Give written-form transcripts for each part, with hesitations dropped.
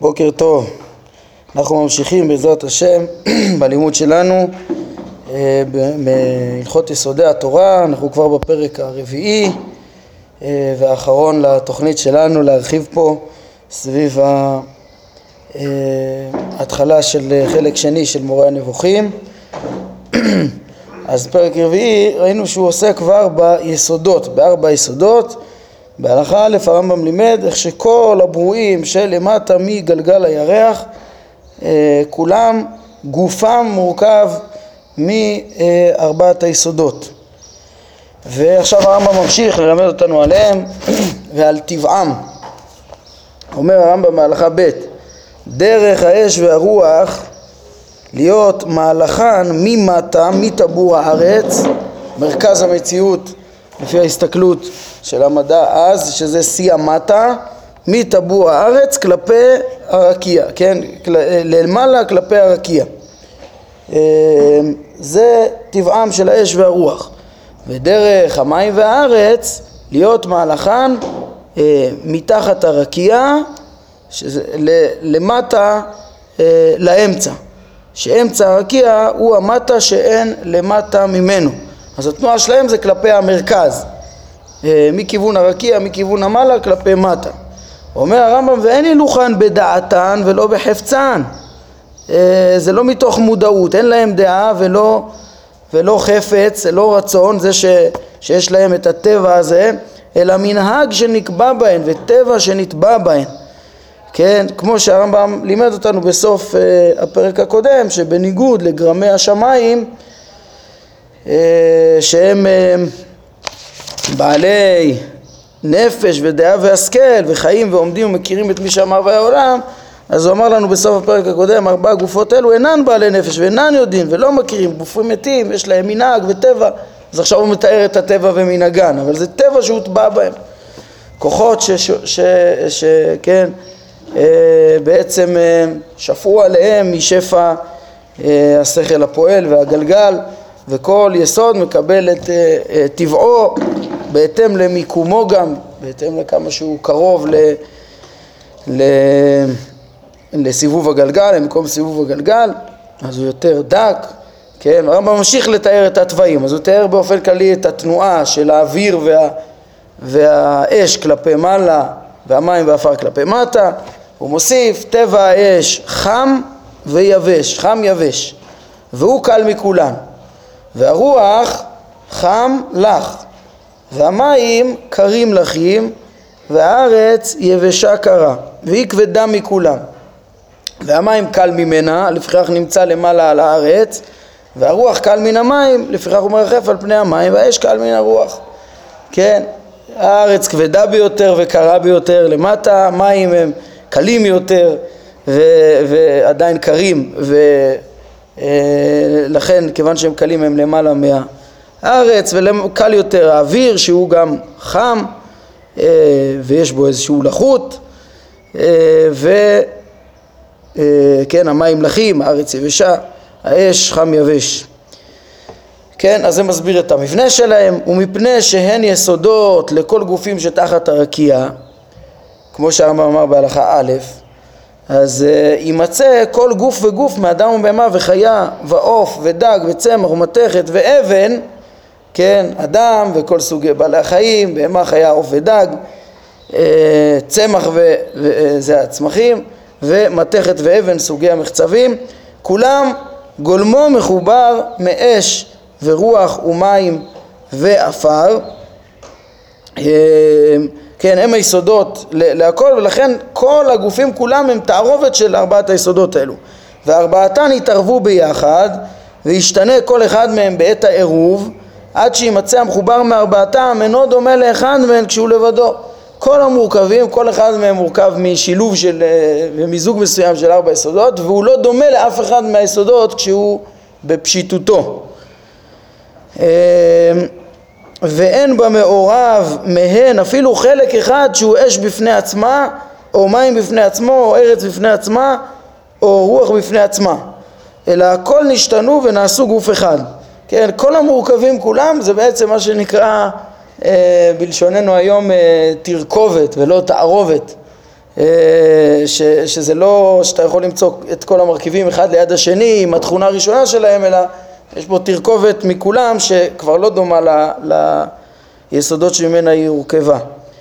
בוקר טוב. אנחנו ממשיכים בעזרת השם בלימוד שלנו בהלכות יסודי התורה. אנחנו כבר בפרק הרביעי והאחרון לתוכנית שלנו להרחיב פה סביב ההתחלה של חלק שני של מורה הנבוכים. אז פרק רביעי ראינו שהוא עושה כבר ביסודות, בארבע יסודות. בהלכה א' הרמב"ם לימד איך שכל הברואים שלמטה מגלגל הירח כולם גופם מורכב מארבעת היסודות, ועכשיו הרמב"ם ממשיך ללמד אותנו עליהם ועל טבעם. אומר הרמב"ם בהלכה ב' דרך האש והרוח להיות מהלכן ממטה מטבור הארץ, מרכז המציאות לפי ההסתכלות של המדע אז, שזה שיא המטה, מטבור הארץ כלפי הרקיע, כן? למעלה כלפי הרקיע. זה טבעם של האש והרוח. ודרך המים והארץ להיות מהלכן מתחת הרקיע, למטה לאמצע, שאמצע הרקיע הוא המטה שאין למטה ממנו. אז התנועה שלהם זה כלפי המרכז, מכיוון הרקיע, מכיוון המעלה כלפי מטה. אומר הרמב"ם ואין הילוכן בדעתן ולא בחפצן. זה לא מתוך מודעות, אין להם דעה ולא חפץ, לא רצון, זה שיש להם את הטבע הזה, אלא מנהג שנקבע בהן וטבע שנטבע בהן. כן, כמו שהרמב"ם לימד אותנו בסוף הפרק הקודם, שבניגוד לגרמי השמיים שהם בעלי נפש ודעה והשכל וחיים ועומדים ומכירים את מי שאמר והעולם, אז הוא אמר לנו בסוף הפרק הקודם, ארבע גופות אלו אינן בעלי נפש ואינן יודעים ולא מכירים, גופים מתים, יש להם מנהג וטבע. אז עכשיו הוא מתאר את הטבע ומנהגן, אבל זה טבע שהוטבע בהם, כוחות כן, בעצם שפעו עליהם משפע השכל הפועל והגלגל, וכל יסוד מקבל את טבעו בהתאם למיקומו, גם בהתאם לכמה שהוא קרוב לסיבוב הגלגל, למקום סיבוב הגלגל, אז הוא יותר דק. כן, הרמב"ם ממשיך לתאר את הטבעים, אז הוא תאר באופן כללי את התנועה של האוויר והאש כלפי מעלה והמים והאפר כלפי מטה. הוא מוסיף טבע האש חם ויבש, חם יבש, והוא קל מכולן, והרוח חם לח, והמים קרים לחים, והארץ יבשה קרה, והיא כבדה מכולם. והמים קל ממנה, לפיכך נמצא למעלה על הארץ, והרוח קל מן המים, לפיכך הוא מרחף על פני המים, והאש קל מן הרוח. כן, הארץ כבדה ביותר וקרה ביותר למטה, המים הם קלים יותר ועדיין קרים, ולכן כיוון שהם קלים הם למעלה מהארץ, וקל יותר האוויר שהוא גם חם ויש בו איזשהו לחות, וכן, המים לחים, הארץ יבשה, האש חם יבש. כן, אז זה מסביר את המבנה שלהם, ומפני שהן יסודות לכל גופים שתחת הרקיע, כמו שהרמב"ם אמר בהלכה א', אז יימצא כל גוף וגוף מאדם ובהמה וחיה ועוף ודג וצמח ומתכת ואבן, כן, אדם וכל סוגי בעלי החיים, בהמה, חיה, עוף ודג, צמח וזה הצמחים, ומתכת ואבן סוגי המחצבים, כולם גולמו מחובר מאש ורוח ומים ואפר. כן, הם היסודות להכל, ולכן כל הגופים כולם הם תערובת של ארבעת היסודות האלו, וארבעתן יתערבו ביחד וישתנה כל אחד מהם בעת העירוב, עד שימצא המחובר מארבעתם אינו דומה לאחד מהם כשהוא לבדו. כל המורכבים, כל אחד מהם מורכב משילוב של ומיזוג מסוים של ארבע יסודות, והוא לא דומה לאף אחד מהיסודות כשהוא בפשיטותו. ואין במעורב מהן אפילו חלק אחד שהוא אש בפני עצמה, או מים בפני עצמו, או ארץ בפני עצמה, או רוח בפני עצמה, אלא הכל נשתנו ונעשו גוף אחד. כן, כל המורכבים כולם זה בעצם מה שנקרא בלשוננו היום תרכובת ולא תערובת. שזה לא שאתה יכול למצוא את כל המרכיבים אחד ליד השני עם התכונה הראשונה שלהם, אלא יש בו תרכובת מכולם שכבר לא דומה ליסודות שממנה היא הורכבה.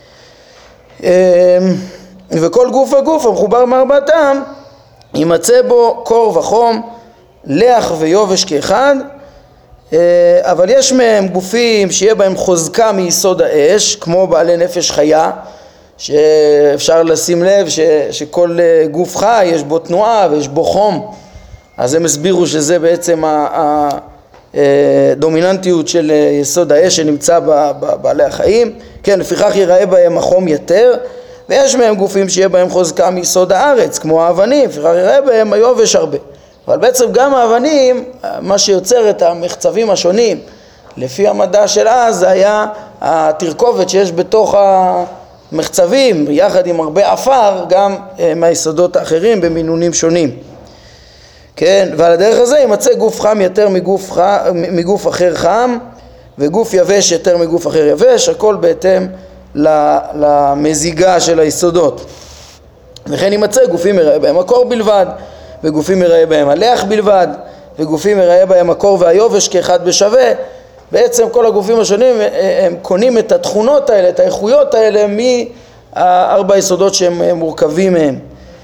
וכל גוף וגוף המחובר מארבעתם יימצא בו קור וחום, לח ויובש כאחד, אבל יש מהם גופים שיהיה בהם חוזקה מיסוד האש, כמו בעלי נפש חיה, שאפשר לשים לב שכל גוף חי יש בו תנועה ויש בו חום, אז הם הסבירו שזה בעצם הדומיננטיות של יסוד האש שנמצא בבעלי החיים. כן, לפיכך ייראה בהם החום יותר. ויש מהם גופים שיהיה בהם חוזקה מיסוד הארץ, כמו האבנים, לפיכך ייראה בהם היובש הרבה. אבל בעצם גם האבנים, מה שיוצר את המחצבים השונים לפי המדע של אז, זה היה התרכובת שיש בתוך המחצבים יחד עם הרבה אפר, גם מהיסודות האחרים במינונים שונים. כן, ועל הדרך הזה יימצא גוף חם יותר מגוף אחר חם, וגוף יבש יותר מגוף אחר יבש, הכל בהתאם למזיגה של היסודות. וכן יימצא גופים יראה בהם הקור בלבד, וגופים יראה בהם הלח בלבד, וגופים יראה בהם הקור והיובש כאחד בשווה. בעצם כל הגופים השונים הם קונים את התכונות האלה, את האיכויות האלה מארבע יסודות שהם מורכבים מהם.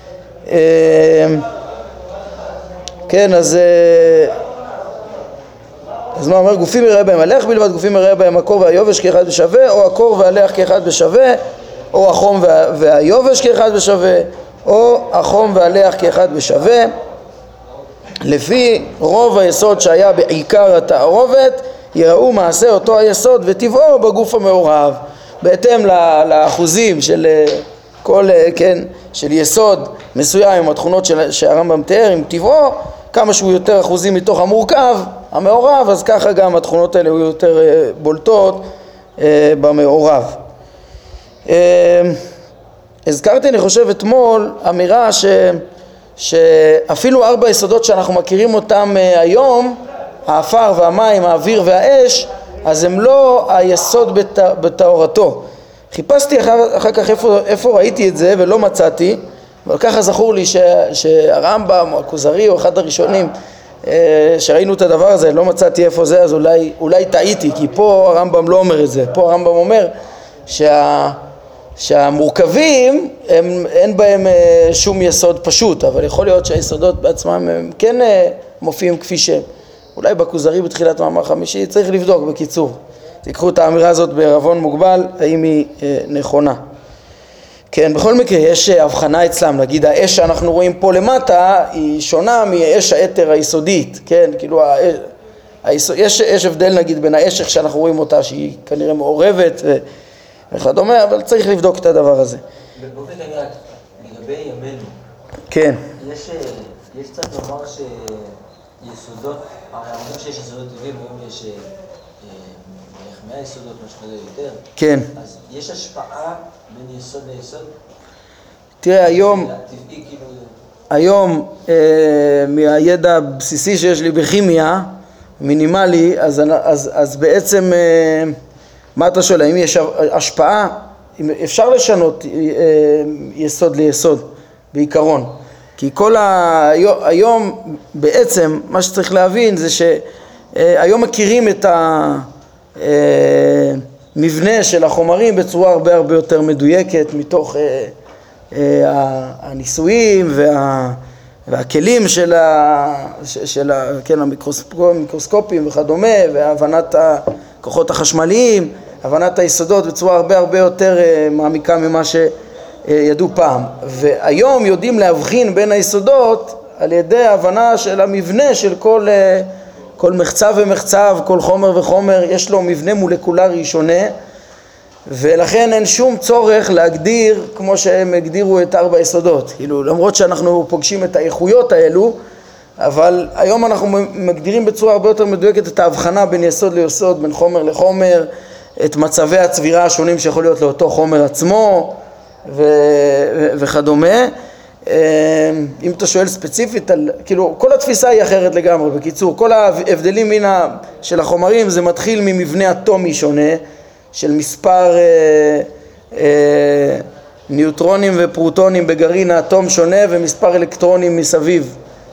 כן, אז מה אומר? גופים יראה בהם הלח בלבד, גופים יראה בהם הקור והיובש כאחד בשווה, או הקור והלח כאחד בשווה, או החום והיובש כאחד בשווה, או החום והלח כאחד בשווה. לפי רוב היסוד שהיה בעיקר התערובת, יראו מעשה אותו היסוד וטבעו בגוף המעורב, בהתאם לאחוזים של כל, כן, של יסוד מסוים עם התכונות שהרמב"ם תיאר, עם טבעו, כמה שהוא יותר אחוזים מתוך המורכב, המעורב, אז ככה גם התכונות האלה היו יותר בולטות במעורב. הזכרתי, אני חושב, אתמול אמירה שאפילו ארבע יסודות שאנחנו מכירים אותם היום, האפר והמים, האוויר והאש, אז הם לא היסוד בתאורתו. חיפשתי אחר כך איפה ראיתי את זה ולא מצאתי, אבל ככה זכור לי שהרמב"ם או הכוזרי או אחד הראשונים שראינו את הדבר הזה, לא מצאתי איפה זה, אז אולי טעיתי, כי פה הרמב"ם לא אומר את זה. פה הרמב"ם אומר שהמורכבים אין בהם שום יסוד פשוט, אבל יכול להיות שהיסודות בעצמם הם כן מופיעים כפי שהם. אולי בכוזרי בתחילת מאמר חמישי, צריך לבדוק בקיצור. תיקחו את האמירה הזאת בערבון מוגבל, האם היא נכונה. כן, בכל מקרה יש הבחנה אצלם, נגיד האש שאנחנו רואים פה למטה היא שונה מאש האתר היסודית, כן, כאילו יש הבדל נגיד בין האש שאנחנו רואים אותה שהיא כנראה מעורבת וכדומה, אבל צריך לבדוק את הדבר הזה. באופן כנראה, לגבי ימינו, כן. יש קצת לומר שיסודות, הרי אומרים שיש יסודות טבעיים, היום יש בערך 100 יסודות, משהו כזה יותר. כן. אז יש השפעה בין יסוד ליסוד? תראה, היום מהידע הבסיסי שיש לי בכימיה, מינימלי, אז בעצם, מה אתה שואל, האם יש השפעה? אפשר לשנות יסוד ליסוד, בעיקרון. כי היום בעצם, מה שצריך להבין זה שהיום מכירים את המבנה של החומרים בצורה הרבה יותר מדויקת מתוך הניסויים והכלים של כן, המיקרוסקופים וכדומה, והבנת הכוחות החשמליים, הבנת היסודות בצורה הרבה יותר מעמיקה ממה שידעו פעם. והיום יודעים להבחין בין היסודות על ידי ההבנה של המבנה של כל מחצב ומחצב, כל חומר וחומר, יש לו מבנה מולקולרי שונה, ולכן אין שום צורך להגדיר כמו שהם הגדירו את ארבע יסודות. כאילו, למרות שאנחנו פוגשים את האיכויות האלו, אבל היום אנחנו מגדירים בצורה הרבה יותר מדויקת את ההבחנה בין יסוד ליסוד, בין חומר לחומר, את מצבי הצבירה השונים שיכול להיות לאותו חומר עצמו וכדומה. אם אתה שואל ספציפית, כאילו כל התפיסה היא אחרת לגמרי. בקיצור, כל ההבדלים של החומרים זה מתחיל ממבנה אטומי שונה, של מספר ניוטרונים ופרוטונים בגרעין האטום שונה ומספר אלקטרונים מסביב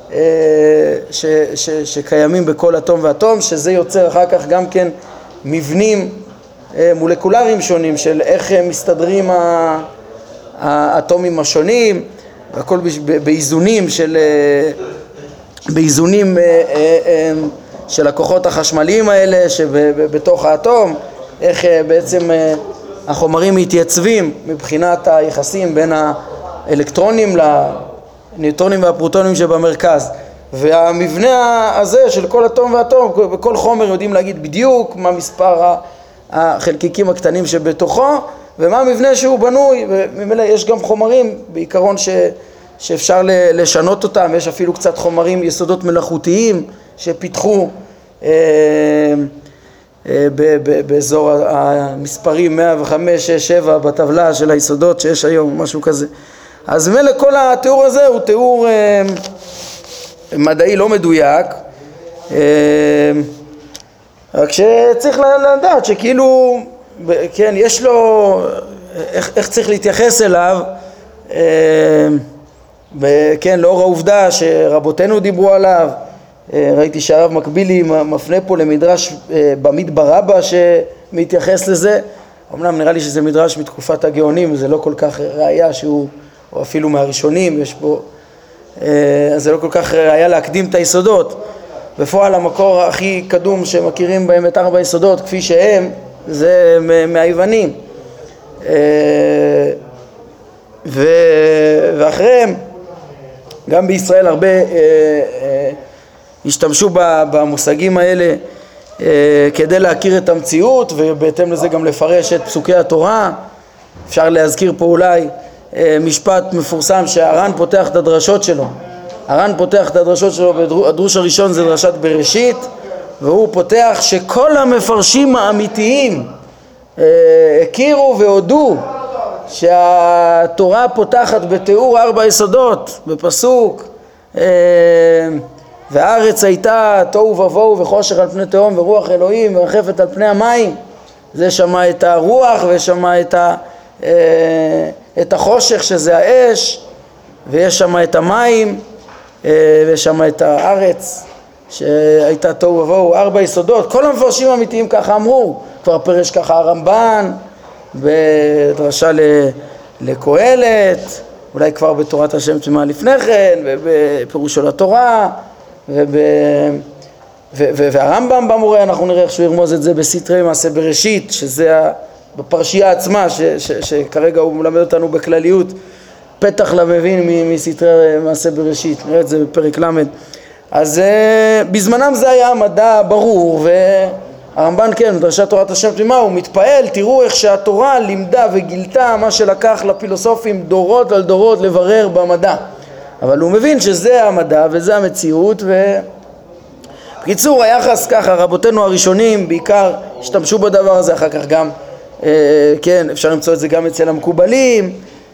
שקיימים בכל אטום ואטום, שזה יוצר אחר כך גם כן מבנים מולקולריים שונים של איך מסתדרים האטומים השונים, הכל באיזונים של הכוחות החשמליים האלה שבתוך האטום, איך בעצם החומרים מתייצבים מבחינת היחסים בין האלקטרונים לניוטרונים והפרוטונים שבמרכז. והמבנה הזה של כל אטום ואטום, בכל חומר יודעים להגיד בדיוק מה מספר החלקיקים הקטנים שבתוכו ומה המבנה שהוא בנוי, וממילא יש גם חומרים בעיקרון שאפשר לשנות אותם, יש אפילו קצת חומרים, יסודות מלאכותיים שפיתחו באזור המספרים 105, 6, 7 בטבלה של היסודות שיש היום, משהו כזה. אז ממילא כל התיאור הזה הוא תיאור מדעי לא מדויק, רק שצריך לדעת שכאילו, כן, יש לו, איך צריך להתייחס אליו, כן, לאור העובדה שרבותינו דיברו עליו. ראיתי שהרב מקבילי מפנה פה למדרש במדבר רבה שמתייחס לזה. אמנם נראה לי שזה מדרש מתקופת הגאונים, זה לא כל כך ראיה שהוא, או אפילו מהראשונים, יש פה, אז זה לא כל כך ראיה להקדים את היסודות. בפועל המקור הכי קדום שמכירים בהם את 4 יסודות כפי שהם, זה מהיוונים. ואחריהם, גם בישראל הרבה השתמשו במושגים האלה כדי להכיר את המציאות, ובהתאם לזה גם לפרש את פסוקי התורה. אפשר להזכיר פה אולי משפט מפורסם שהר"ן פותח את הדרשות שלו. הר"ן פותח את הדרשות שלו, הדרוש הראשון זה דרשת בראשית, והוא פותח שכל המפרשים האמיתיים הכירו והודו שהתורה פותחת בתיאור 4 יסודות, בפסוק והארץ הייתה תוהו ובוהו וחושך על פני תהום ורוח אלוהים מרחפת על פני המים. זה שמע את הרוח ושמע את החושך שזה האש, ויש שמה את המים ויש שמה את הארץ שהייתה תוהו ובוהו. 4 יסודות, כל המפרשים האמיתיים ככה אמרו. כבר פרש ככה הרמב"ן בדרשה לקהלת, אולי כבר בתורת השם תמימה לפני כן, ובפירושו לתורה, והרמב"ם במורה, אנחנו נראה איך שהוא ירמוז את זה בסתרי מעשה בראשית, שזה בפרשייה עצמה, שכרגע הוא מלמד אותנו בכלליות, פתח למבין מסתרי מעשה בראשית, נראה את זה בפרק למד. אז בזמנם זה היה מדע ברור, הרמב"ן כן, בדרשת תורת השם תמימה, הוא מתפעל, תראו איך שהתורה לימדה וגילתה מה שלקח לפילוסופים דורות על דורות לברר במדע. אבל הוא מבין שזה המדע וזה המציאות. בקיצור, היחס ככה, רבותינו הראשונים בעיקר השתמשו בדבר הזה, אחר כך גם, כן, אפשר למצוא את זה גם אצל המקובלים,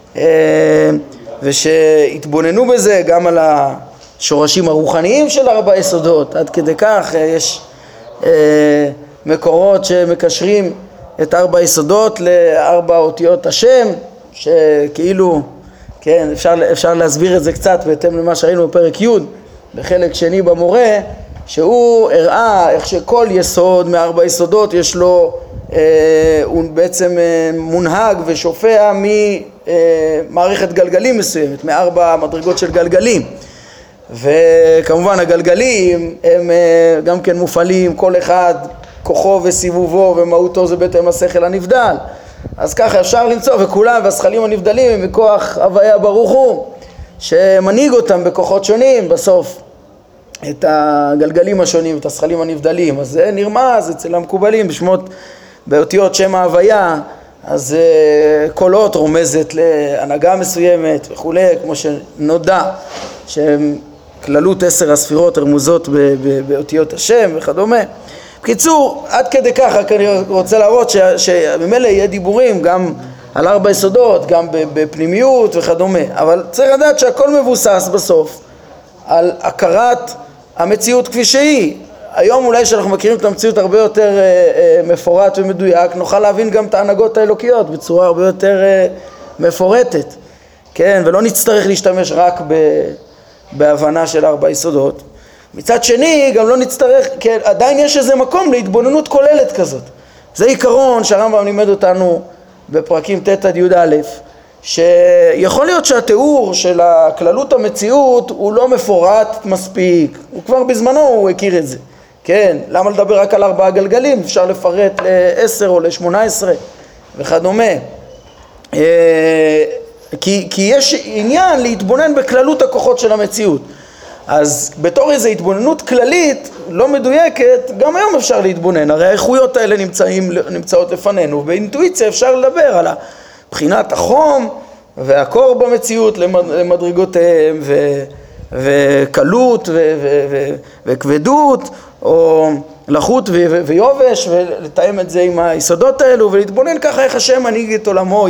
ושהתבוננו בזה גם על השורשים הרוחניים של 4 יסודות, עד כדי כך יש מקורות שמקשרים את 4 יסודות ל4 אותיות השם, שכאילו, כן, אפשר להסביר את זה קצת בהתאם למה שראינו בפרק י' בחלק שני במורה, שהוא הראה איך שכל יסוד מ4 יסודות יש לו, הוא בעצם מונהג ושופע ממערכת גלגלים מסוימת, מ4 מדרגות של גלגלים. וכמובן הגלגלים הם גם כן מופעלים, כל אחד כוחו וסיבובו ומהותו זה בהתאם לשכל הנבדל. אז ככה אפשר למצוא, וכולם והשכלים הנבדלים הם מכוח הוויה ברוך הוא שמנהיג אותם בכוחות שונים בסוף את הגלגלים השונים, את השכלים הנבדלים. אז זה נרמז אצל המקובלים בשמות, באותיות שם ההוויה, אז כל אות רומזת להנהגה מסוימת וכולי, כמו שנודע שהם כללות 10 הספירות הרמוזות באותיות השם וכדומה. בקיצור, עד כדי ככה אני רוצה להראות שממילא יהיה דיבורים גם על 4 יסודות, גם בפנימיות וכדומה, אבל צריך לדעת שהכל מבוסס בסוף על הכרת המציאות כפי שהיא. היום אולי שאנחנו מכירים את המציאות הרבה יותר מפורט ומדויק, נוכל להבין גם את ההנהגות האלוקיות בצורה הרבה יותר מפורטת, כן, ולא נצטרך להשתמש רק בהבנה של 4 יסודות. מצד שני, גם לא נצטרך, כן, עדיין יש איזה מקום להתבוננות כוללת כזאת. זה עיקרון שהרמב"ם לימד אותנו בפרקים ט' עד י"א, שיכול להיות שהתיאור של הכללות המציאות הוא לא מפורט מספיק, הוא כבר בזמנו הוא הכיר את זה, כן, למה לדבר רק על 4 גלגלים, אפשר לפרט ל10 או ל18 וכדומה, כי יש עניין להתבונן בכללות הכוחות של המציאות, אז בתור איזו התבוננות כללית לא מדויקת, גם היום אפשר להתבונן, הרי האיכויות האלה נמצאות לפנינו, באינטואיציה אפשר לדבר על בחינת החום והקור במציאות למדרגותיהם וקלות וכבדות או לחות ויובש, ולתאם את זה עם היסודות האלו ולהתבונן ככה איך השם מנהיג את עולמו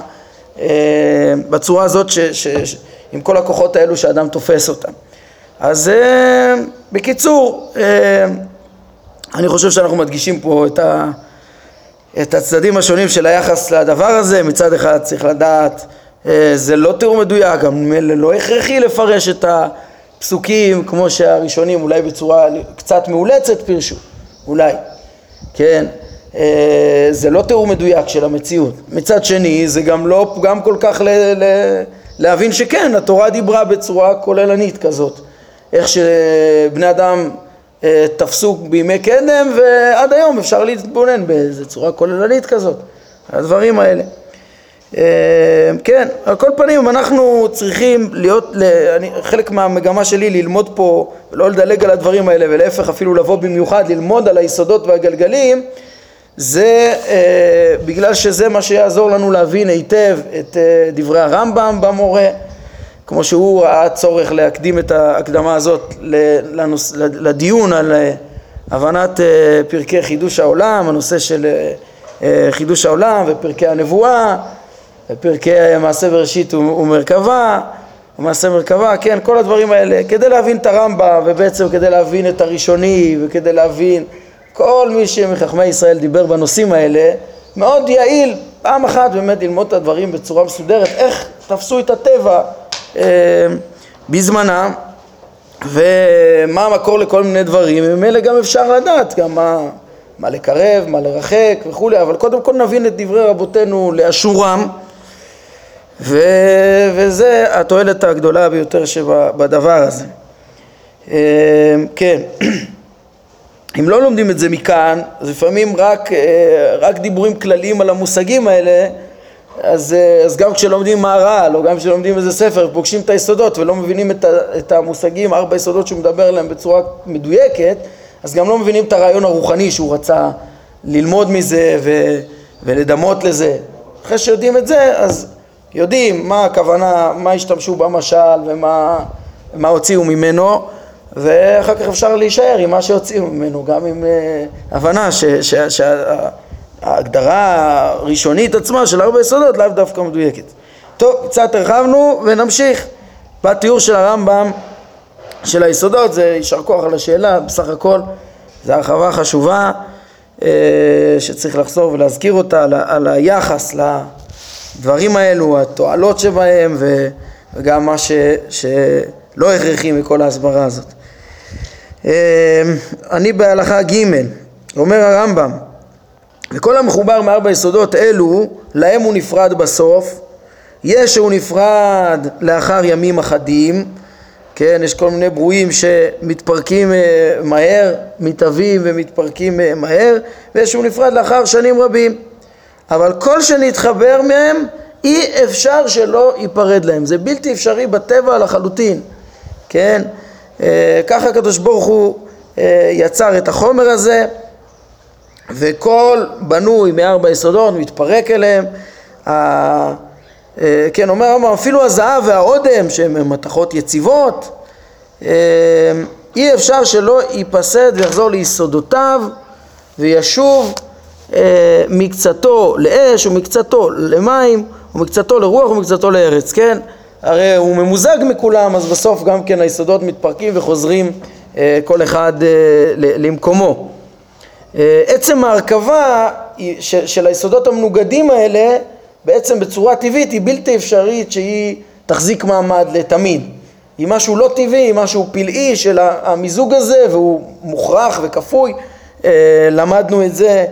בצורה הזאת עם כל הכוחות האלו שאדם תופס אותם. אז בקיצור, אני חושב שאנחנו מדגישים פה את הצדדים השונים של היחס לדבר הזה. מצד אחד צריך לדעת, זה לא תיאור מדויק, גם לא הכרחי לפרש את הפסוקים כמו שהראשונים אולי בצורה קצת מאולצת פירשו, אולי, כן, זה לא תיאור מדויק של המציאות. מצד שני זה גם לא פגם כל כך להבין שכן, התורה דיברה בצורה כוללנית כזאת, איך שבני אדם תפסו בימי קדם ועד היום אפשר להתבונן באיזו צורה כוללנית כזאת, הדברים האלה. כן, על כל פנים אנחנו צריכים להיות, חלק מהמגמה שלי ללמוד פה ולא לדלג על הדברים האלה, ולהפך אפילו לבוא במיוחד ללמוד על היסודות והגלגלים, זה בגלל שזה מה שיעזור לנו להבין היטב את דברי הרמב"ם במורה, כמו שהוא ראה צורך להקדים את ההקדמה הזאת לדיון על הבנת פרקי חידוש העולם, הנושא של חידוש העולם ופרקי הנבואה, פרקי מעשה בראשית ומרכבה, מעשה מרכבה, כן, כל הדברים האלה, כדי להבין את הרמב"ם ובעצם כדי להבין את הראשוני וכדי להבין כל מי שמחכמי ישראל דיבר בנושאים האלה, מאוד יעיל פעם אחת באמת ללמוד את הדברים בצורה מסודרת, איך תפסו את הטבע בזמנם ומה המקור לכל מיני דברים, ממילא גם אפשר לדעת גם מה לקרב, מה לרחק וכו', אבל קודם כל נבין את דברי רבותינו לאשורם, וזה התועלת הגדולה ביותר שבדבר הזה. כן, אם לא לומדים את זה מכאן, אז לפעמים רק דיבורים כלליים על המושגים האלה, אז גם כשלומדים מהר"ל או גם כשלומדים איזה ספר פוגשים את היסודות ולא מבינים את המושגים, 4 יסודות שהוא מדבר עליהם בצורה מדויקת, אז גם לא מבינים את הרעיון הרוחני שהוא רצה ללמוד מזה ולדמות לזה. אחרי שיודעים את זה, אז יודעים מה הכוונה, מה השתמשו במשל ומה הוציאו ממנו, ואחר כך אפשר להישאר עם מה שהוציאו ממנו, גם עם הבנה שההגדרה הראשונית עצמה של 4 יסודות לאו דווקא מדויקת. טוב, קצת הרחבנו ונמשיך בתיאור של הרמב"ם של היסודות. זה יישר כוח על השאלה, בסך הכל זו הרחבה חשובה שצריך לחזור ולהזכיר אותה על היחס לדברים האלו, התועלות שבהם וגם מה שלא הכרחי מכל ההסברה הזאת. אני בהלכה ג' אומר הרמב"ם, וכל המחובר מ4 יסודות אלו להם הוא נפרד בסוף, יש שהוא נפרד לאחר ימים אחדים, כן, יש כל מיני ברואים שמתפרקים מהר, מתהווים ומתפרקים מהר, ויש שהוא נפרד לאחר שנים רבים, אבל כל שנתחבר מהם אי אפשר שלא ייפרד להם, זה בלתי אפשרי בטבע לחלוטין, כן, ככה הקדוש ברוך הוא יצר את החומר הזה, וכל בנוי מ4 יסודות מתפרק אליהם. כן, אומר אפילו הזהב והאודם שהם מתכות יציבות, אי אפשר שלא ייפסד ויחזור ליסודותיו וישוב מקצתו לאש ומקצתו למים ומקצתו לרוח ומקצתו לארץ, כן? הרי הוא ממוזג מכולם, אז בסוף גם כן היסודות מתפרקים וחוזרים כל אחד למקומו. עצם ההרכבה של היסודות המנוגדים האלה בעצם בצורה טבעית היא בלתי אפשרית שהיא תחזיק מעמד לתמיד. היא משהו לא טבעי, היא משהו פלאי של המיזוג הזה, והוא מוכרח וכפוי. למדנו את זה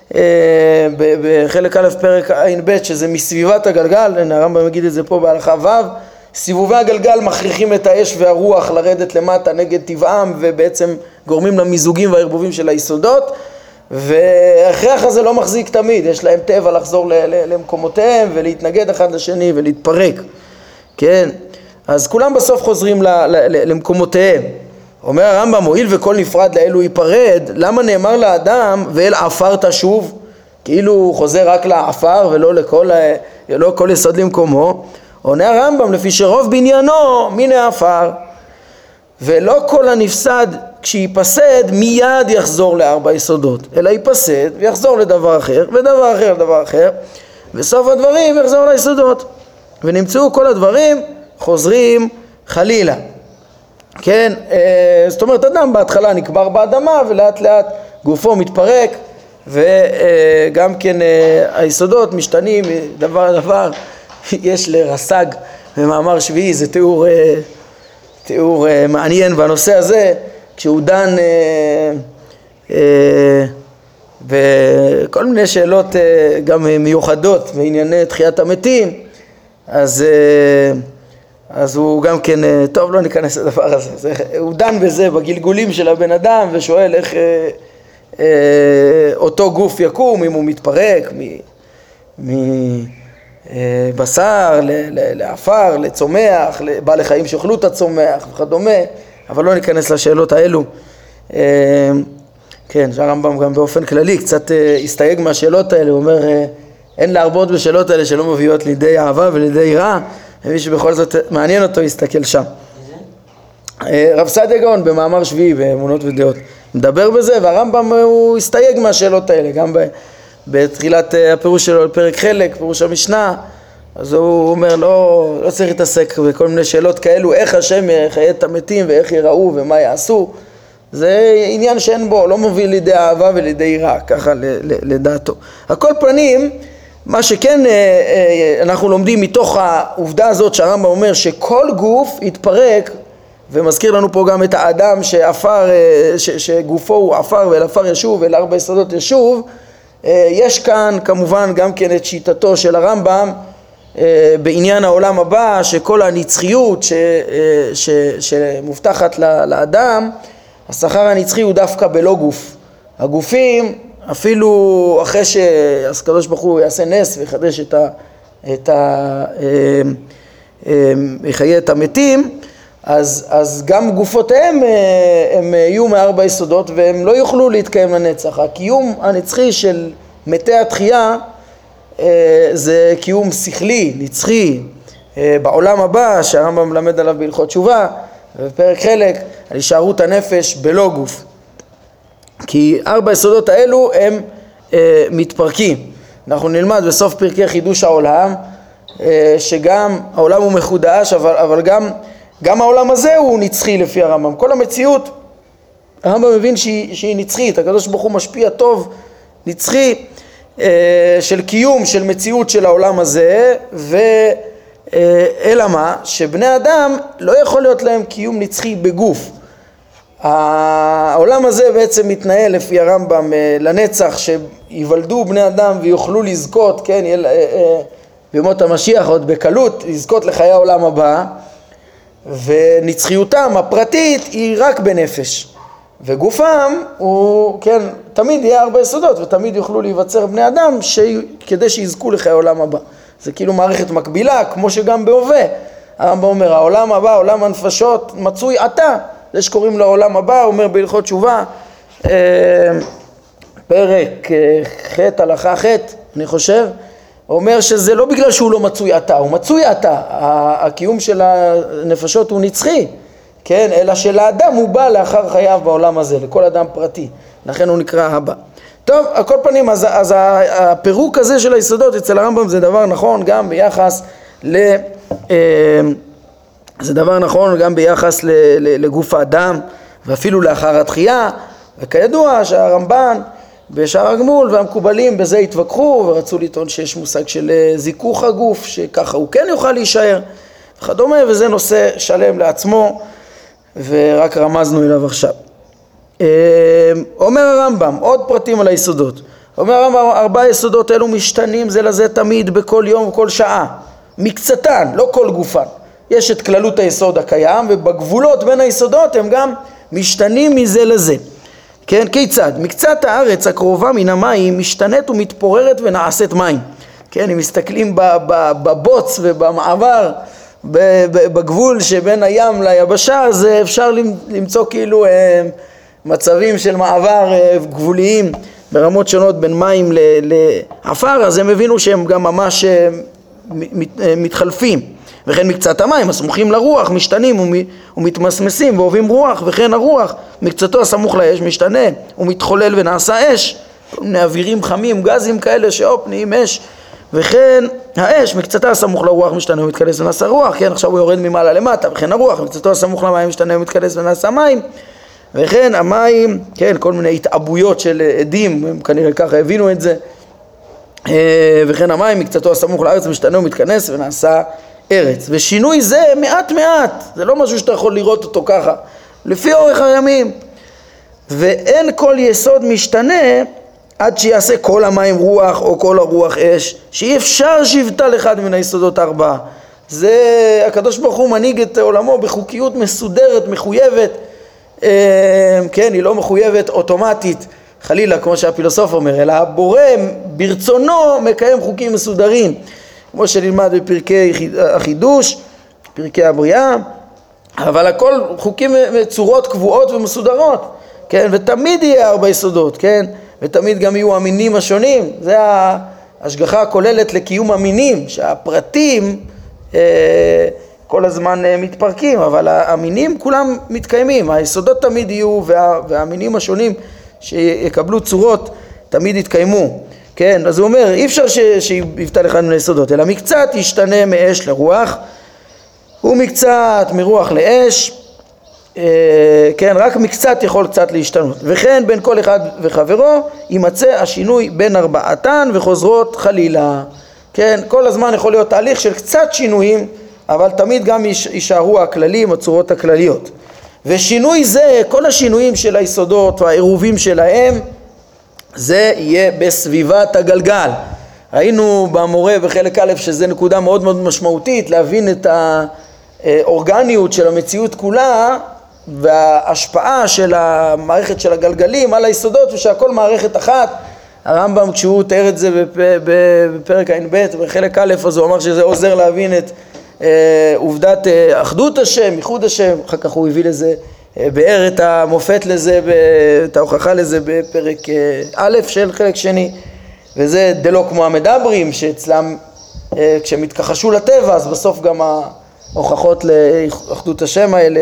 בחלק א' פרק ע"ב, שזה מסביבת הגלגל, הרמב"ם מגיד את זה פה בהלכה ו', סיבובי הגלגל מכריחים את האש והרוח לרדת למטה נגד טבעם, ובעצם גורמים למיזוגים והערבובים של היסודות, וההכרח הזה לא מחזיק תמיד, יש להם טבע לחזור למקומותיהם ולהתנגד אחד לשני ולהתפרק, כן? אז כולם בסוף חוזרים למקומותיהם. אומר הרמב"ם, הואיל וכל נפרד לאלו ייפרד, למה נאמר לאדם ואל עפר תשוב? כאילו הוא חוזר רק לעפר ולא כל יסוד למקומו. עונה הרמב"ם, לפי שרוב בניינו מן העפר, ולא כל הנפסד כשיפסד מיד יחזור לארבע יסודות, אלא ייפסד ויחזור לדבר אחר ודבר אחר לדבר אחר, וסוף הדברים יחזור ליסודות, ונמצאו כל הדברים חוזרים חלילה. כן, זאת אומרת, אדם בהתחלה נקבר באדמה ולאט לאט גופו מתפרק, וגם כן היסודות משתנים דבר לדבר. יש לרס"ג במאמר שביעי, זה תיאור מעניין בנושא הזה, כשהוא דן בכל מיני שאלות גם מיוחדות בענייני תחיית המתים, אז הוא גם כן, טוב, לא ניכנס לדבר הזה, הוא דן בזה בגלגולים של הבן אדם ושואל איך אותו גוף יקום, אם הוא מתפרק מבשר לעפר, לצומח, לבעלי חיים שאוכלו את הצומח וכדומה, אבל לא ניכנס לשאלות האלו. כן, שהרמב"ם גם באופן כללי קצת הסתייג מהשאלות האלה, הוא אומר אין להרבות בשאלות האלה שלא מביאות לידי אהבה ולידי יראה, ומי שבכל זאת מעניין אותו יסתכל שם. רב סעדיה גאון במאמר שביעי באמונות ודעות מדבר בזה, והרמב"ם הוא הסתייג מהשאלות האלה, גם בתחילת הפירוש שלו על פרק חלק, פירוש המשנה, אז הוא אומר לא צריך להתעסק בכל מיני שאלות כאלו, איך השם יחיה את המתים ואיך יראו ומה יעשו, זה עניין שאין בו, לא מוביל לידי אהבה ולידי יראה, ככה לדעתו. על כל פנים, מה שכן אנחנו לומדים מתוך העובדה הזאת שהרמב"ם אומר שכל גוף יתפרק, ומזכיר לנו פה גם את האדם שגופו הוא עפר ואל עפר ישוב ואל ארבע יסודות ישוב, יש כאן כמובן גם כן את שיטתו של הרמב"ם בעניין העולם הבא, שכל הנצחיות שמובטחת לאדם, השכר הנצחי הוא דווקא בלא גוף. הגופים, אפילו אחרי שהקדוש ברוך הוא יעשה נס ויחדש יחיה את המתים, אז גם גופותיהם הם יהיו מארבע יסודות והם לא יוכלו להתקיים לנצח. הקיום הנצחי של מתי התחייה זה קיום שכלי, נצחי, בעולם הבא שהרמב"ם מלמד עליו בהלכות תשובה, בפרק חלק, על הישארות הנפש בלא גוף. כי ארבע יסודות האלו הם מתפרקים. אנחנו נלמד בסוף פרקי חידוש העולם, שגם העולם הוא מחודש, אבל גם העולם הזה הוא נצחי לפי הרמב"ם. כל המציאות, הרמב"ם מבין שהיא נצחית, הקדוש ברוך הוא משפיע טוב, נצחי, של קיום, של מציאות של העולם הזה, אלא מה? שבני אדם לא יכול להיות להם קיום נצחי בגוף. העולם הזה בעצם מתנהל לפי הרמב"ם לנצח, שיוולדו בני אדם ויוכלו לזכות, כן, בימות המשיח עוד בקלות, לזכות לחיי העולם הבא, ונצחיותם הפרטית היא רק בנפש, וגופם הוא, כן, תמיד יהיה ארבע יסודות, ותמיד יוכלו להיווצר בני אדם כדי שיזכו לחיי העולם הבא. זה כאילו מערכת מקבילה, כמו שגם בהווה. הרמב"ם אומר, העולם הבא, עולם הנפשות, מצוי עתה. זה שקוראים לו העולם הבא, הוא אומר בהלכות תשובה, פרק ח' הלכה ח', אני חושב, הוא אומר שזה לא בגלל שהוא לא מצוי עתה, הוא מצוי עתה. הקיום של הנפשות הוא נצחי, כן? אלא שלאדם הוא בא לאחר חייו בעולם הזה, לכל אדם פרטי. לכן הוא נקרא הבא. טוב, על כל פנים, אז הפירוק הזה של היסודות אצל הרמב"ם זה דבר נכון גם ביחס זה דבר נכון גם ביחס לגוף האדם, ואפילו לאחר התחייה, וכידוע שהרמב"ן בשאר הגמול, והמקובלים בזה התווכחו ורצו לטעון שיש מושג של זיכוך הגוף, שככה הוא כן יוכל להישאר וכדומה, וזה נושא שלם לעצמו ורק רמזנו אליו עכשיו. אומר הרמב"ם, עוד פרטים על היסודות. אומר הרמב"ם, 4 יסודות אלו משתנים זה לזה תמיד בכל יום וכל שעה, מקצתן, לא כל גופן. יש את כללות היסוד הקיים, ובגבולות בין היסודות הם גם משתנים מזה לזה. כן, כיצד? מקצת הארץ הקרובה מן המים משתנית ומתפוררת ונעשית מים. כן, אם מסתכלים בבוץ ובמעבר, בגבול שבין הים ליבשה, אז אפשר למצוא כאילו מצבים של מעבר גבוליים ברמות שונות בין מים לעפר, אז הם הבינו שהם גם ממש מתחלפים. וכן מקצת המים הסמוכים לרוח משתנים ומתמסמסים ואוהבים רוח, וכן הרוח מקצתו הסמוך לאש משתנה ומתחולל ונעשה אש, אווירים חמים, גזים כאלה שאופ נהיים אש. וכן האש מקצתה הסמוך לרוח משתנה ומתכנס ונעשה רוח, כן, עכשיו הוא יורד ממעלה למטה. וכן הרוח מקצתו הסמוך למים משתנה ומתכנס ונעשה מים. וכן המים, כן, כל מיני התאבויות של עדים, הם כנראה ככה הבינו את זה. וכן המים מקצתו הסמוך לארץ משתנה ומתכנס ונעשה ארץ. ושינוי זה מעט מעט, זה לא משהו שאתה יכול לראות אותו ככה, לפי אורך הימים. ואין כל יסוד משתנה עד שיעשה כל המים רוח או כל הרוח אש, שאי אפשר שבטה לאחד מן היסודות 4. זה הקדוש ברוך הוא מנהיג את עולמו בחוקיות מסודרת, מחויבת, כן, היא לא מחויבת אוטומטית חלילה כמו שהפילוסוף אומר, אלא הבורא ברצונו מקיים חוקים מסודרים, כמו שנלמד בפרקי החידוש, פרקי הבריאה, אבל הכל חוקים צורות קבועות ומסודרות, כן, ותמיד יהיה 4 יסודות, כן, ותמיד גם יהיו המינים השונים. זה ההשגחה הכוללת לקיום המינים, שהפרטים כל הזמן מתפרקים, אבל המינים כולם מתקיימים, היסודות תמיד יהיו, והמינים השונים שיקבלו צורות תמיד יתקיימו. כן, אז הוא אומר, אי אפשר שיבטל אחד מן היסודות, אלא מקצת ישתנה מאש לרוח, ומקצת מרוח לאש, כן, רק מקצת יכול קצת להשתנות. וכן בין כל אחד וחברו יימצא השינוי בין 4 וחוזרות חלילה. כן, כל הזמן יכול להיות תהליך של קצת שינויים, אבל תמיד גם יישארו הכללים, הצורות הכלליות. ושינוי זה, כל השינויים של היסודות והעירובים שלהם, זה יהיה בסביבת הגלגל. ראינו במורה בחלק א' שזה נקודה מאוד מאוד משמעותית, להבין את האורגניות של המציאות כולה, וההשפעה של המערכת של הגלגלים על היסודות, ושהכל מערכת אחת. הרמב"ם כשהוא תיאר את זה בפרק ע"ב בחלק א', אז הוא אמר שזה עוזר להבין את עובדת אחדות השם, ייחוד השם. אחר כך הוא הביא לזה, באר את המופת לזה, את ההוכחה לזה בפרק א' של חלק שני, וזה דלא כמו המדברים, שאצלם כשהם התכחשו לטבע, אז בסוף גם ההוכחות לאחדות השם האלה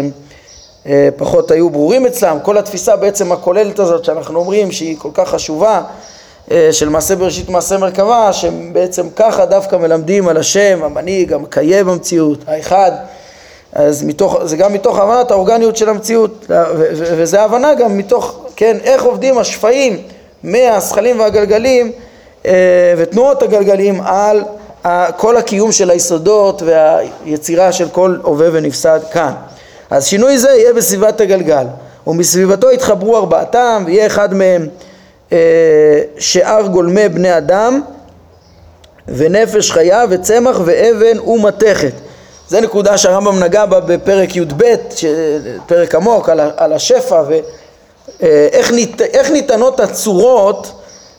פחות היו ברורים אצלם. כל התפיסה בעצם הכוללת הזאת שאנחנו אומרים שהיא כל כך חשובה, של מעשה בראשית מעשה מרכבה, שבעצם ככה דווקא מלמדים על השם, המנהיג, המקיים במציאות, האחד. אז זה גם מתוך הבנת האורגניות של המציאות, וזה הבנה גם מתוך, כן, איך עובדים השפעים מהשכלים והגלגלים ותנועות הגלגלים על כל הקיום של היסודות והיצירה של כל הווה ונפסד כאן. אז שינוי זה יהיה בסביבת הגלגל, ומסביבתו יתחברו 4, ויהיה אחד מהם שאר גולמי בני אדם ונפש חיה וצמח ואבן ומתכת. זה נקודה שהרמב"ם נגע בה בפרק י"ב, פרק עמוק על השפע ואיך ניתנות הצורות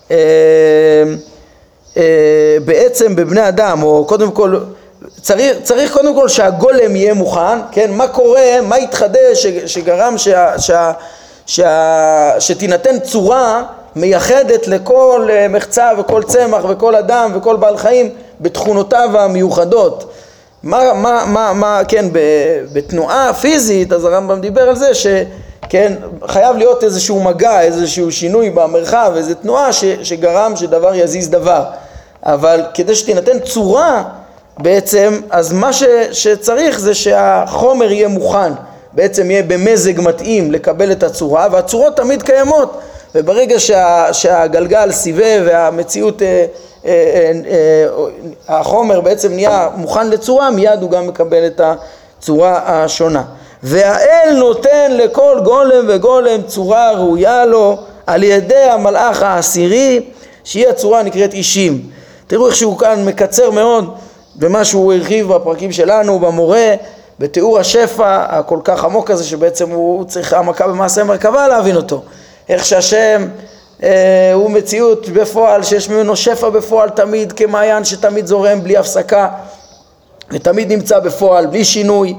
בעצם בבני אדם. או קודם כל צריך קודם כל שהגולם יהיה מוכן, כן, מה קורה, מה יתחדש שגרם שתינתן צורה מייחדת לכל מחצה וכל צמח וכל אדם וכל בעל חיים בתכונותיו המיוחדות. כן, בתנועה פיזית, אז הרמב"ם דיבר על זה שכן, חייב להיות איזשהו מגע, איזשהו שינוי במרחב, איזו תנועה שגרם שדבר יזיז דבר. אבל כדי שתינתן צורה בעצם, אז מה שצריך זה שהחומר יהיה מוכן, בעצם יהיה במזג מתאים לקבל את הצורה, והצורות תמיד קיימות וברגע שהגלגל סיבב והמציאות, החומר בעצם נהיה מוכן לצורה, מיד הוא גם מקבל את הצורה השונה. והאל נותן לכל גולם וגולם צורה ראויה לו על ידי המלאך העשירי, שהיא הצורה נקראת אישים. תראו איך שהוא כאן מקצר מאוד במה שהוא הרחיב בפרקים שלנו, במורה, בתיאור השפע הכל כך עמוק הזה, שבעצם הוא צריך העמקה במעשה מרכבה להבין אותו. איך שהשם הוא מציאות בפועל, שיש ממנו שפע בפועל תמיד, כמעיין שתמיד זורם בלי הפסקה, ותמיד נמצא בפועל בלי שינוי,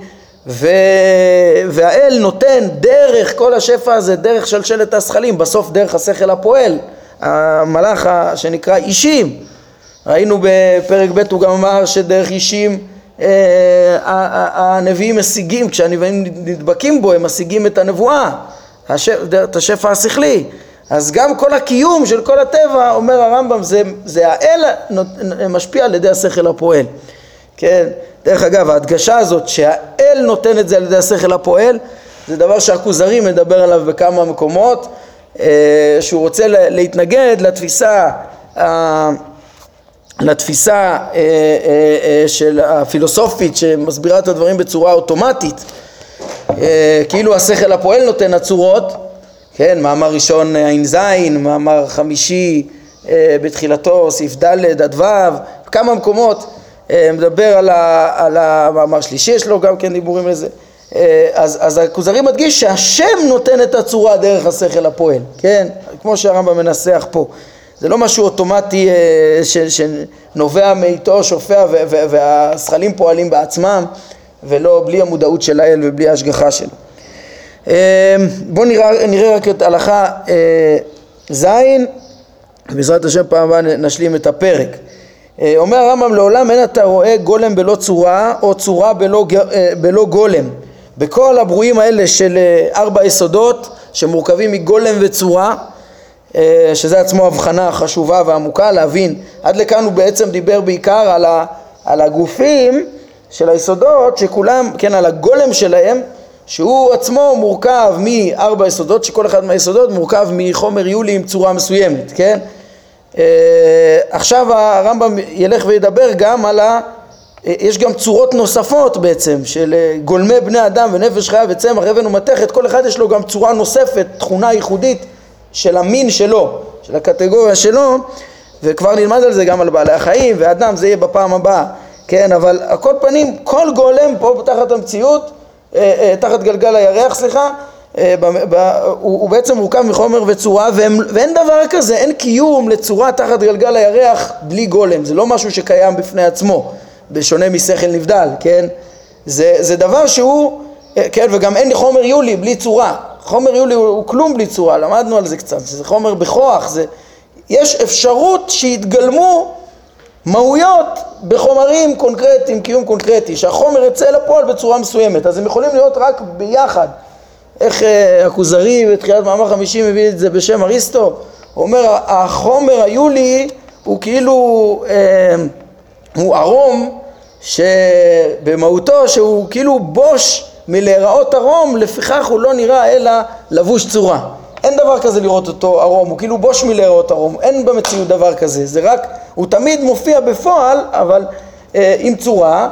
והאל נותן דרך כל השפע הזה, דרך שלשלת השכלים, בסוף דרך השכל הפועל, המלאך שנקרא אישים. ראינו בפרק ב' הוא גם אמר שדרך אישים הנביאים משיגים, כשהנביאים נדבקים בו הם משיגים את הנבואה, את השפע השכלי. אז גם כל הקיום של כל הטבע, אומר הרמב"ם, זה האל משפיע על ידי השכל הפועל. כן, דרך אגב, ההדגשה הזאת שהאל נותן את זה על ידי השכל הפועל, זה דבר שהכוזרי מדבר עליו בכמה מקומות, שהוא רוצה להתנגד לתפיסה של הפילוסופית שמסבירה את הדברים בצורה אוטומטית, כאילו השכל הפועל נותן הצורות, כן, מאמר ראשון עין זין, מאמר חמישי בתחילתו סעיף ד' עד ו', כמה מקומות מדבר על המאמר שלישי, יש לו גם כן דיבורים לזה. אז הכוזרי מדגיש שהשם נותן את הצורה דרך השכל הפועל, כן, כמו שהרמב"ם מנסח פה. זה לא משהו אוטומטי שנובע מאיתו שופע והשכלים פועלים בעצמם, ולא בלי המודעות של האל ובלי ההשגחה שלו. בואו נראה רק את הלכה זין, בעזרת השם פעם הבאה נשלים את הפרק. אומר הרמב"ם, לעולם אין אתה רואה גולם בלא צורה או צורה בלא גולם. בכל הברואים האלה של 4 יסודות שמורכבים מגולם וצורה, שזה עצמו הבחנה חשובה ועמוקה להבין. עד לכאן הוא בעצם דיבר בעיקר על הגופים של היסודות שכולם, כן, על הגולם שלהם, שהוא עצמו מורכב מ4 יסודות, שכל אחד מהיסודות מורכב מחומר יולי עם צורה מסוימת, כן? עכשיו הרמב"ם ילך וידבר גם על יש גם צורות נוספות בעצם של גולמי בני אדם ונפש חיה וצמח אבן ומתכת, כל אחד יש לו גם צורה נוספת, תכונה ייחודית של המין שלו, של הקטגוריה שלו, וכבר נלמד על זה גם על בעלי החיים ואדם, זה יהיה בפעם הבאה, כן? אבל על כל פנים, כל גולם פה תחת המציאות, תחת גלגל הירח, הוא בעצם מורכב מחומר וצורה, ואין דבר כזה, אין קיום לצורה תחת גלגל הירח בלי גולם, זה לא משהו שקיים בפני עצמו, בשונה משכל נבדל, כן? זה דבר שהוא, כן, וגם אין חומר יולי בלי צורה, חומר יולי הוא כלום בלי צורה, למדנו על זה קצת, זה חומר בכוח, יש אפשרות שיתגלמו מהויות בחומרים קונקרטיים, קיום קונקרטי, שהחומר יצא לפועל בצורה מסוימת, אז הם יכולים להיות רק ביחד. איך הכוזרי בתחילת מאמר 50 מביא את זה בשם אריסטו, הוא אומר החומר היולי הוא כאילו, הוא ארום שבמהותו שהוא כאילו בוש מלהיראות ארום, לפיכך הוא לא נראה אלא לבוש צורה. אין דבר כזה לראות אותו ארום, הוא כאילו בוש מלהיראות ארום, אין במציאות דבר כזה, זה רק, הוא תמיד מופיע בפועל, אבל עם צורה,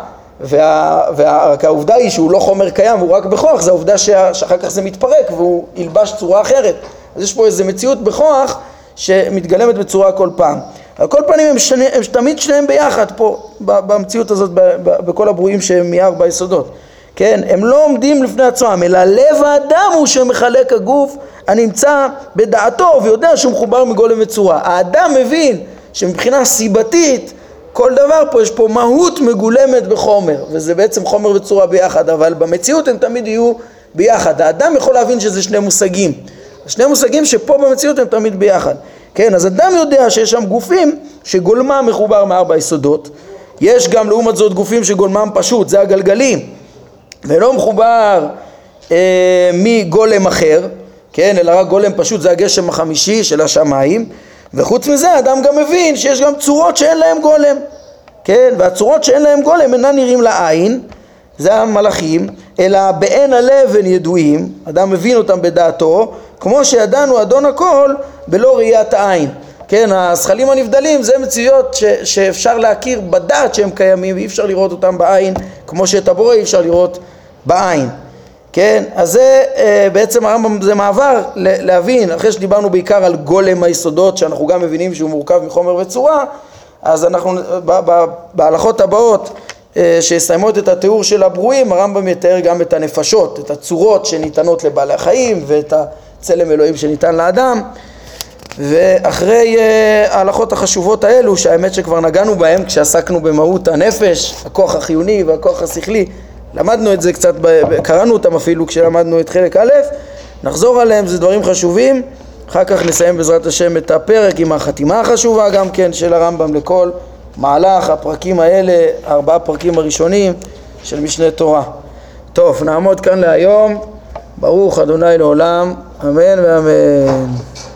והעובדה היא שהוא לא חומר קיים, הוא רק בכוח, זה העובדה שאחר כך זה מתפרק והוא ילבש צורה אחרת. אז יש פה איזו מציאות בכוח שמתגלמת בצורה כל פעם. על כל פנים הם תמיד שניהם ביחד פה, במציאות הזאת, בכל הברואים שהם מ4 יסודות. כן, הם לא עומדים לפני עצמם, אלא לב האדם הוא שמחלק הגוף הנמצא בדעתו ויודע שהוא מחובר מגולם וצורה. האדם מבין שמבחינה סיבתית כל דבר פה יש פה מהות מגולמת בחומר, וזה בעצם חומר וצורה ביחד, אבל במציאות הם תמיד יהיו ביחד. האדם יכול להבין שזה שני מושגים, שני מושגים שפה במציאות הם תמיד ביחד. כן, אז אדם יודע שיש שם גופים שגולמם מחובר מ4 יסודות, יש גם לעומת זאת גופים שגולמם פשוט, זה הגלגלים, ולא מחובר מגולם אחר, כן, אלא רק גולם פשוט, זה הגשם החמישי של השמיים. וחוץ מזה האדם גם מבין שיש גם צורות שאין להם גולם, כן, והצורות שאין להם גולם אינן נראים לעין, זה המלאכים, אלא בעין הלב הם ידועים, אדם מבין אותם בדעתו, כמו שידענו אדון הכל בלא ראיית העין. כן, הזכלים הנבדלים זה מציאות שאפשר להכיר בדעת שהם קיימים ואי אפשר לראות אותם בעין, כמו שאת הבורא אי אפשר לראות בעין. כן, אז זה בעצם הרמב"ם זה מעבר להבין, אחרי שדיברנו בעיקר על גולם היסודות שאנחנו גם מבינים שהוא מורכב מחומר וצורה, אז אנחנו בהלכות הבאות שיסיימות את התיאור של הברואים, הרמב"ם יתאר גם את הנפשות, את הצורות שניתנות לבעלי החיים ואת הצלם אלוהים שניתן לאדם. ואחרי ההלכות החשובות האלו, שהאמת שכבר נגענו בהם כשעסקנו במהות הנפש, הכוח החיוני והכוח השכלי, למדנו את זה קצת, קראנו אותם אפילו כשלמדנו את חלק א', נחזור עליהם, זה דברים חשובים. אחר כך נסיים בעזרת השם את הפרק עם החתימה החשובה גם כן של הרמב"ם לכל מהלך הפרקים האלה, 4 פרקים הראשונים של משנה תורה. טוב, נעמוד כאן להיום. ברוך אדוני לעולם, אמן ואמן.